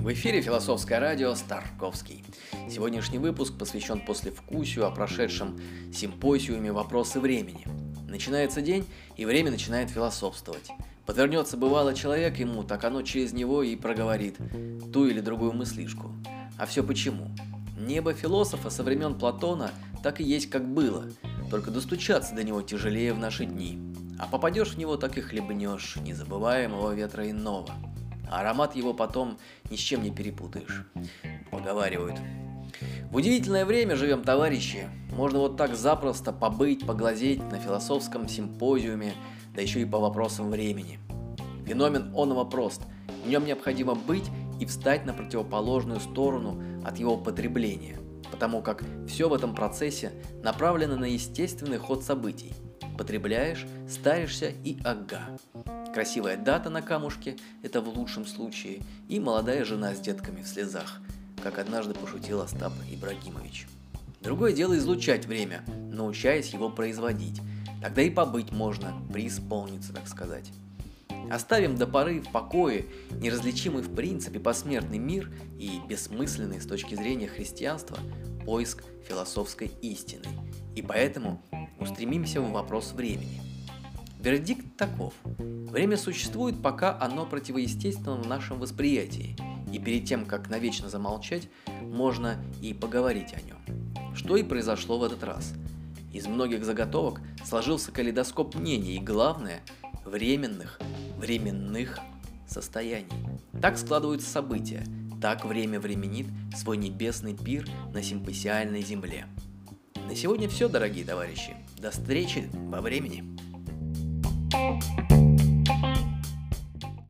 В эфире «Философское радио» Старковский. Сегодняшний выпуск посвящен послевкусию о прошедшем симпозиуме «Вопросы времени». Начинается день, и время начинает философствовать. Подвернется бывало человек ему, так оно через него и проговорит ту или другую мыслишку. А все почему? Небо философа со времен Платона так и есть как было, только достучаться до него тяжелее в наши дни. А попадешь в него, так и хлебнешь незабываемого ветра иного. А аромат его потом ни с чем не перепутаешь, поговаривают. В удивительное время живем, товарищи. Можно вот так запросто побыть, поглазеть на философском симпозиуме, да еще и по вопросам времени. Феномен оного прост. В нем необходимо быть и встать на противоположную сторону от его потребления, потому как все в этом процессе направлено на естественный ход событий. Потребляешь, старишься и ага. Красивая дата на камушке – это в лучшем случае, и молодая жена с детками в слезах, как однажды пошутил Остап Ибрагимович. Другое дело излучать время, научаясь его производить. Тогда и побыть можно, преисполниться, так сказать. Оставим до поры в покое неразличимый в принципе посмертный мир и бессмысленный с точки зрения христианства поиск философской истины. И поэтому устремимся в вопрос времени. Вердикт таков. Время существует, пока оно противоестественно в нашем восприятии, и перед тем, как навечно замолчать, можно и поговорить о нем. Что и произошло в этот раз. Из многих заготовок сложился калейдоскоп мнений и, главное, временных состояний. Так складываются события, так время временит свой небесный пир на симпосиальной земле. На сегодня все, дорогие товарищи. До встречи во времени.